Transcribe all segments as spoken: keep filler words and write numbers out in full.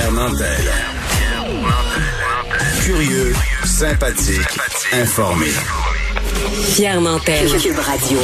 Pierre Nantel. Curieux, sympathique, informé. Pierre Nantel. Cube Radio.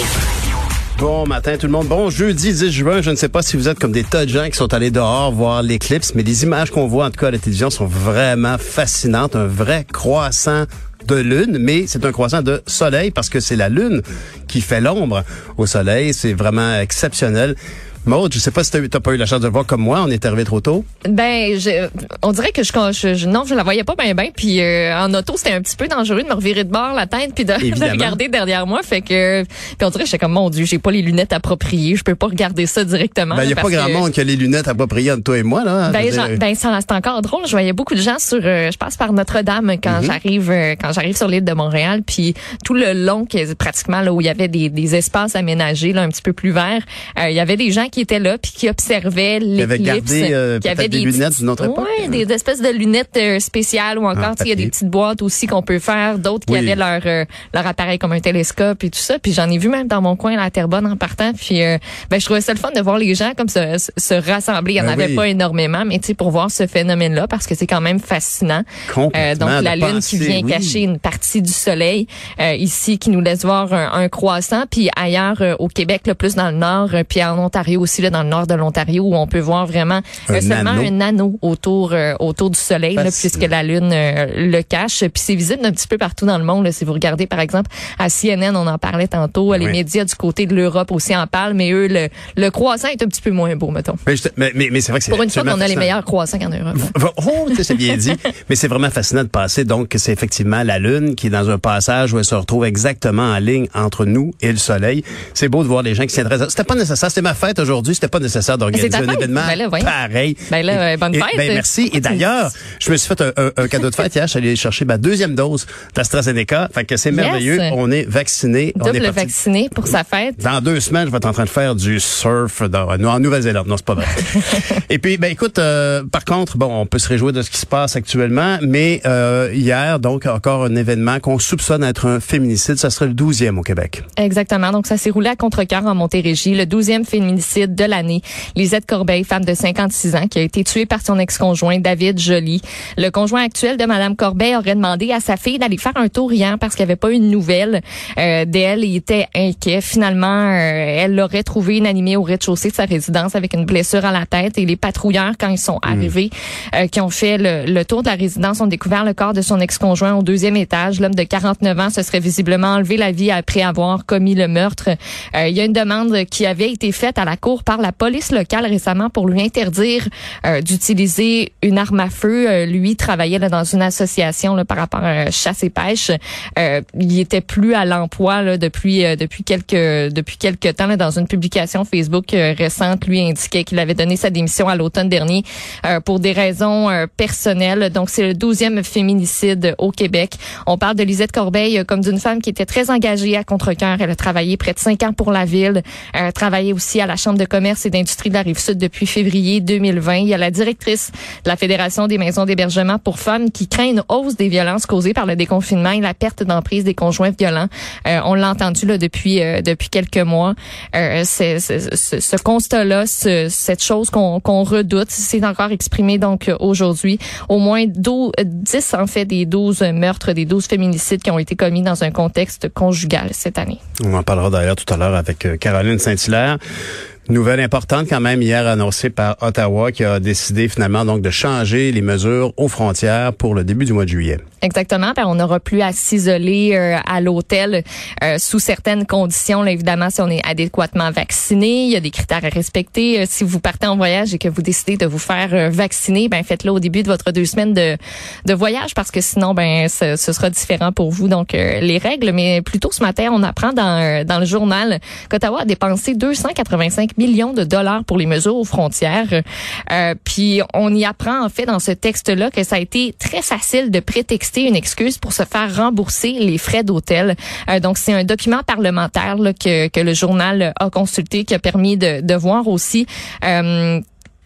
Bon matin tout le monde. Bon jeudi dix juin. Je ne sais pas si vous êtes comme des tas de gens qui sont allés dehors voir l'éclipse, mais les images qu'on voit en tout cas à la télévision sont vraiment fascinantes. Un vrai croissant de lune, mais c'est un croissant de soleil parce que c'est la lune qui fait l'ombre au soleil. C'est vraiment exceptionnel. Maude, je sais pas si t'as, t'as pas eu la chance de le voir comme moi, on est arrivé trop tôt. Ben, je, on dirait que je, je, je non, je la voyais pas bien, bien. Puis euh, en auto, c'était un petit peu dangereux de me revirer de bord la tête puis de, de regarder derrière moi. Fait que, puis on dirait que j'étais comme mon Dieu, j'ai pas les lunettes appropriées, je peux pas regarder ça directement. Ben, il y a pas grand que, monde qui a les lunettes appropriées entre toi et moi là. Ben, genre, ben, ça, c'est encore drôle. Je voyais beaucoup de gens sur, euh, je passe par Notre-Dame quand mm-hmm. j'arrive, euh, quand j'arrive sur l'île de Montréal, puis tout le long, pratiquement là où il y avait des, des espaces aménagés là un petit peu plus verts, euh, il y avait des gens qui étaient là puis qui observaient l'éclipse. Qui avaient gardé euh, qui avait des, des lunettes d'une autre époque. Oui, des espèces de lunettes euh, spéciales ou encore, ah, il y a des petites boîtes aussi qu'on peut faire, d'autres qui oui. avaient leur euh, leur appareil comme un télescope et tout ça. Puis j'en ai vu même dans mon coin, la Terrebonne en partant. Puis euh, ben je trouvais ça le fun de voir les gens comme se, se rassembler. Il y en ben avait oui. pas énormément, mais tu sais pour voir ce phénomène-là parce que c'est quand même fascinant. Euh, donc la lune penser, qui vient oui. cacher une partie du soleil euh, ici, qui nous laisse voir un, un croissant. Puis ailleurs euh, au Québec, là, plus dans le nord, euh, puis en Ontario aussi, là, dans le nord de l'Ontario, où on peut voir vraiment euh, un seulement anneau. un anneau autour euh, autour du soleil, là, puisque la lune euh, le cache. Puis c'est visible un petit peu partout dans le monde. Là. Si vous regardez, par exemple, à C N N, on en parlait tantôt, oui. les médias du côté de l'Europe aussi en parlent, mais eux, le, le croissant est un petit peu moins beau, mettons. Mais, mais, mais, mais c'est vrai que c'est pour une fois qu'on a les meilleurs croissants qu'en Europe. Oh, c'est bien dit. Mais c'est vraiment fascinant de passer. Donc, c'est effectivement la lune qui est dans un passage où elle se retrouve exactement en ligne entre nous et le soleil. C'est beau de voir les gens qui s'intéressent. C'était pas nécessaire. C'était ma fête aujourd'hui. C'était pas nécessaire d'organiser un événement ben là, oui. pareil. Ben là, bonne fête. Et, ben merci. Et d'ailleurs, je me suis fait un, un, un cadeau de fête hier. Je suis allé chercher ma deuxième dose d'AstraZeneca. Fait que c'est yes. merveilleux. On est vaccinés. Double on est vacciné pour sa fête. Dans deux semaines, je vais être en train de faire du surf dans, en Nouvelle-Zélande. Non, c'est pas vrai. Et puis, ben écoute, euh, par contre, bon, on peut se réjouir de ce qui se passe actuellement, mais euh, hier, donc, encore un événement qu'on soupçonne être un féminicide. Ça serait le douzième au Québec. Exactement. Donc, ça s'est roulé à Contrecœur en Montérégie, le douzième féminicide de l'année. Lisette Corbeil, femme de cinquante-six ans, qui a été tuée par son ex-conjoint David Joly. Le conjoint actuel de Madame Corbeil aurait demandé à sa fille d'aller faire un tour hier parce qu'il n'y avait pas eu de nouvelles euh, d'elle. Il était inquiet. Finalement, euh, elle l'aurait trouvé inanimée au rez-de-chaussée de sa résidence avec une blessure à la tête. Et les patrouilleurs, quand ils sont arrivés, mmh. euh, qui ont fait le, le tour de la résidence, ont découvert le corps de son ex-conjoint au deuxième étage. L'homme de quarante-neuf ans se serait visiblement enlevé la vie après avoir commis le meurtre. Euh, il y a une demande qui avait été faite à la cour par la police locale récemment pour lui interdire euh, d'utiliser une arme à feu. Euh, lui travaillait là, dans une association là, par rapport à chasse et pêche. Euh, il était plus à l'emploi là, depuis euh, depuis quelques depuis quelques temps là, dans une publication Facebook euh, récente, lui indiquait qu'il avait donné sa démission à l'automne dernier euh, pour des raisons euh, personnelles. Donc c'est le douzième féminicide au Québec. On parle de Lisette Corbeil euh, comme d'une femme qui était très engagée à Contrecœur. Elle a travaillé près de cinq ans pour la ville. Elle a travaillé aussi à la Chambre de commerce et d'industrie de la Rive-Sud depuis février deux mille vingt. Il y a la directrice de la Fédération des maisons d'hébergement pour femmes qui craint une hausse des violences causées par le déconfinement et la perte d'emprise des conjoints violents. Euh, on l'a entendu là depuis euh, depuis quelques mois. Euh, c'est, c'est, c'est, ce constat-là, ce, cette chose qu'on, qu'on redoute, c'est encore exprimé donc aujourd'hui. Au moins douze, dix en fait des douze meurtres, des douze féminicides qui ont été commis dans un contexte conjugal cette année. On en parlera d'ailleurs tout à l'heure avec Caroline Saint-Hilaire. Nouvelle importante quand même hier annoncée par Ottawa qui a décidé finalement donc de changer les mesures aux frontières pour le début du mois de juillet. Exactement, on n'aura plus à s'isoler euh, à l'hôtel euh, sous certaines conditions. Là, évidemment, si on est adéquatement vacciné, il y a des critères à respecter. Euh, si vous partez en voyage et que vous décidez de vous faire euh, vacciner, ben faites-le au début de votre deux semaines de, de voyage parce que sinon, ben ce, ce sera différent pour vous. Donc euh, les règles, mais plus tôt ce matin, on apprend dans euh, dans le journal qu'Ottawa a dépensé deux cent quatre-vingt-cinq millions de dollars pour les mesures aux frontières. Euh, puis on y apprend en fait dans ce texte-là que ça a été très facile de prétexter une excuse pour se faire rembourser les frais d'hôtel. Euh, donc c'est un document parlementaire là, que que le journal a consulté qui a permis de, de voir aussi euh,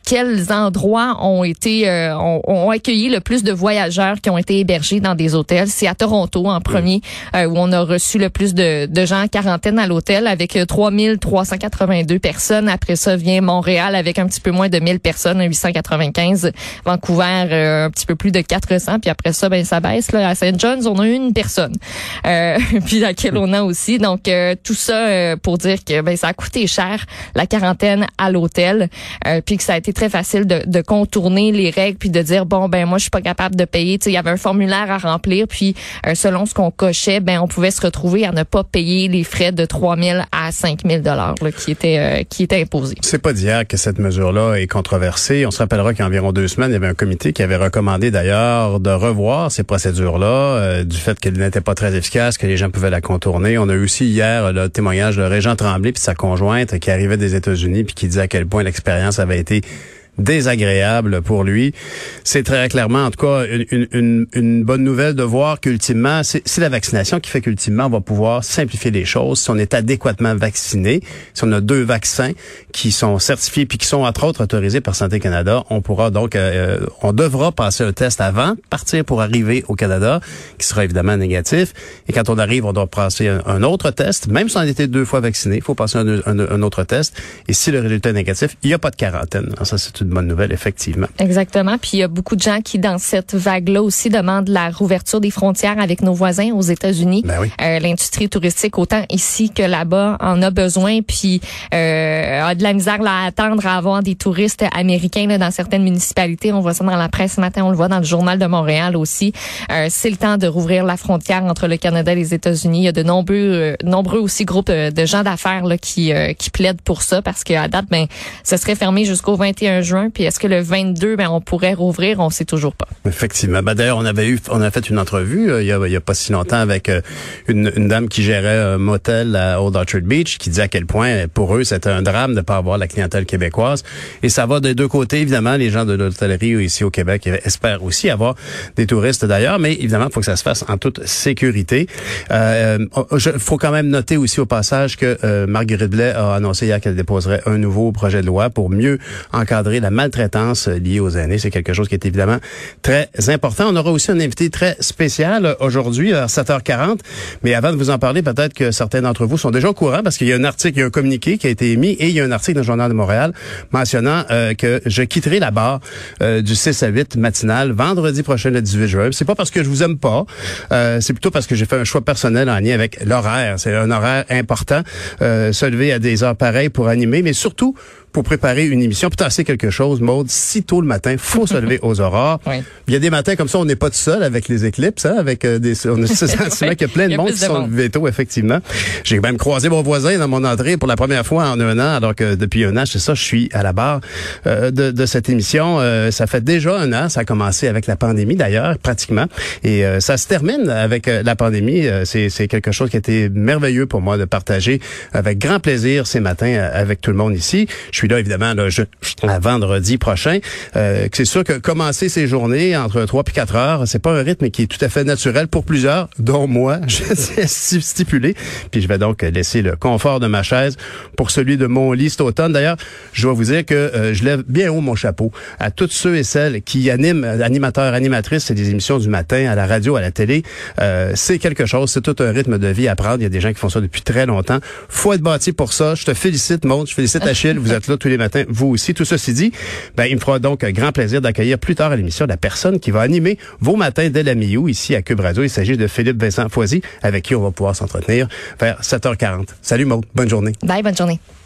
quels endroits ont été euh, ont, ont accueilli le plus de voyageurs qui ont été hébergés dans des hôtels. C'est à Toronto en premier euh, où on a reçu le plus de, de gens en quarantaine à l'hôtel avec trois mille trois cent quatre-vingt-deux personnes. Après ça vient Montréal avec un petit peu moins de mille personnes, huit cent quatre-vingt-quinze. Vancouver euh, un petit peu plus de quatre cents. Puis après ça, ben ça baisse. Là. À Saint John's, on a une personne. Euh, puis à Kelowna aussi. Donc euh, tout ça euh, pour dire que ben ça a coûté cher la quarantaine à l'hôtel. Euh, puis que ça a été très facile de, de contourner les règles puis de dire bon ben moi je suis pas capable de payer. Tu sais, il y avait un formulaire à remplir puis euh, selon ce qu'on cochait, ben on pouvait se retrouver à ne pas payer les frais de trois mille à cinq mille dollars là, qui étaient euh, qui étaient imposés. C'est pas d'hier que cette mesure-là est controversée. On se rappellera qu'il y a environ deux semaines, il y avait un comité qui avait recommandé d'ailleurs de revoir ces procédures-là, euh, du fait qu'elles n'étaient pas très efficaces, que les gens pouvaient la contourner. On a eu aussi hier le témoignage de Régent Tremblay puis sa conjointe qui arrivait des États-Unis puis qui disait à quel point l'expérience avait été désagréable pour lui. C'est très clairement, en tout cas, une, une, une bonne nouvelle de voir qu'ultimement, c'est, c'est la vaccination qui fait qu'ultimement, on va pouvoir simplifier les choses. Si on est adéquatement vacciné, si on a deux vaccins qui sont certifiés puis qui sont entre autres autorisés par Santé Canada, on pourra donc, euh, on devra passer un test avant de partir pour arriver au Canada, qui sera évidemment négatif. Et quand on arrive, on doit passer un, un autre test. Même si on a été deux fois vacciné, il faut passer un, un, un autre test. Et si le résultat est négatif, il n'y a pas de quarantaine. Alors ça, c'est une bonne nouvelle, effectivement. Exactement. Puis il y a beaucoup de gens qui, dans cette vague-là aussi, demandent la rouverture des frontières avec nos voisins aux États-Unis. Ben oui. Euh, l'industrie touristique, autant ici que là-bas, en a besoin. Puis euh, a de la misère là, à attendre à avoir des touristes américains là, dans certaines municipalités. On voit ça dans la presse ce matin, on le voit dans le Journal de Montréal aussi. Euh, c'est le temps de rouvrir la frontière entre le Canada et les États-Unis. Il y a de nombreux, euh, nombreux aussi groupes euh, de gens d'affaires là, qui, euh, qui plaident pour ça parce qu'à date, ben, ça serait fermé jusqu'au vingt et un juin. Puis est-ce que le vingt-deux, ben on pourrait rouvrir? On sait toujours pas. Effectivement. Ben, d'ailleurs, on avait eu, on a fait une entrevue euh, il y a, il y a pas si longtemps avec euh, une, une dame qui gérait un motel à Old Orchard Beach, qui disait à quel point pour eux c'était un drame de pas avoir la clientèle québécoise. Et ça va des deux côtés, évidemment. Les gens de l'hôtellerie ici au Québec espèrent aussi avoir des touristes d'ailleurs, mais évidemment, il faut que ça se fasse en toute sécurité. Euh, il faut quand même noter aussi au passage que euh, Marguerite Blais a annoncé hier qu'elle déposerait un nouveau projet de loi pour mieux encadrer la maltraitance liée aux aînés. C'est quelque chose qui est évidemment très important. On aura aussi un invité très spécial aujourd'hui à sept heures quarante. Mais avant de vous en parler, peut-être que certains d'entre vous sont déjà au courant parce qu'il y a un article, il y a un communiqué qui a été émis et il y a un article dans le Journal de Montréal mentionnant euh, que je quitterai la barre euh, du six à huit matinal vendredi prochain le dix-huit juin. C'est pas parce que je vous aime pas, euh, c'est plutôt parce que j'ai fait un choix personnel en lien avec l'horaire. C'est un horaire important, euh, se lever à des heures pareilles pour animer, mais surtout pour préparer une émission, puis tasser quelque chose, Maude, si tôt le matin, faut se lever aux aurores. Oui. Il y a des matins comme ça, on n'est pas tout seul avec les éclipses, hein, avec euh, des, on a ce sentiment qu'il y a plein de monde qui sont levés tôt, effectivement. J'ai même croisé mon voisin dans mon entrée pour la première fois en un an, alors que depuis un an, c'est ça, je suis à la barre euh, de, de cette émission. Euh, ça fait déjà un an, ça a commencé avec la pandémie d'ailleurs, pratiquement, et euh, ça se termine avec euh, la pandémie. Euh, c'est, c'est quelque chose qui a été merveilleux pour moi de partager avec grand plaisir ces matins euh, avec tout le monde ici. Je suis là, évidemment, là, je, à vendredi prochain. Euh, c'est sûr que commencer ces journées entre trois et quatre heures, c'est pas un rythme qui est tout à fait naturel pour plusieurs, dont moi, je sais stipuler. Puis je vais donc laisser le confort de ma chaise pour celui de mon lit cet automne. D'ailleurs, je dois vous dire que euh, je lève bien haut mon chapeau à tous ceux et celles qui animent, animateurs, animatrices, c'est des émissions du matin à la radio, à la télé. Euh, c'est quelque chose, c'est tout un rythme de vie à prendre. Il y a des gens qui font ça depuis très longtemps. Faut être bâti pour ça. Je te félicite, Maud. Je félicite Achille. Vous êtes là tous les matins, vous aussi. Tout ceci dit, ben, il me fera donc grand plaisir d'accueillir plus tard à l'émission la personne qui va animer vos matins dès la mi-août ici à Cube Radio. Il s'agit de Philippe Vincent Foisy, avec qui on va pouvoir s'entretenir vers sept heures quarante. Salut Maud, bonne journée. Bye, bonne journée.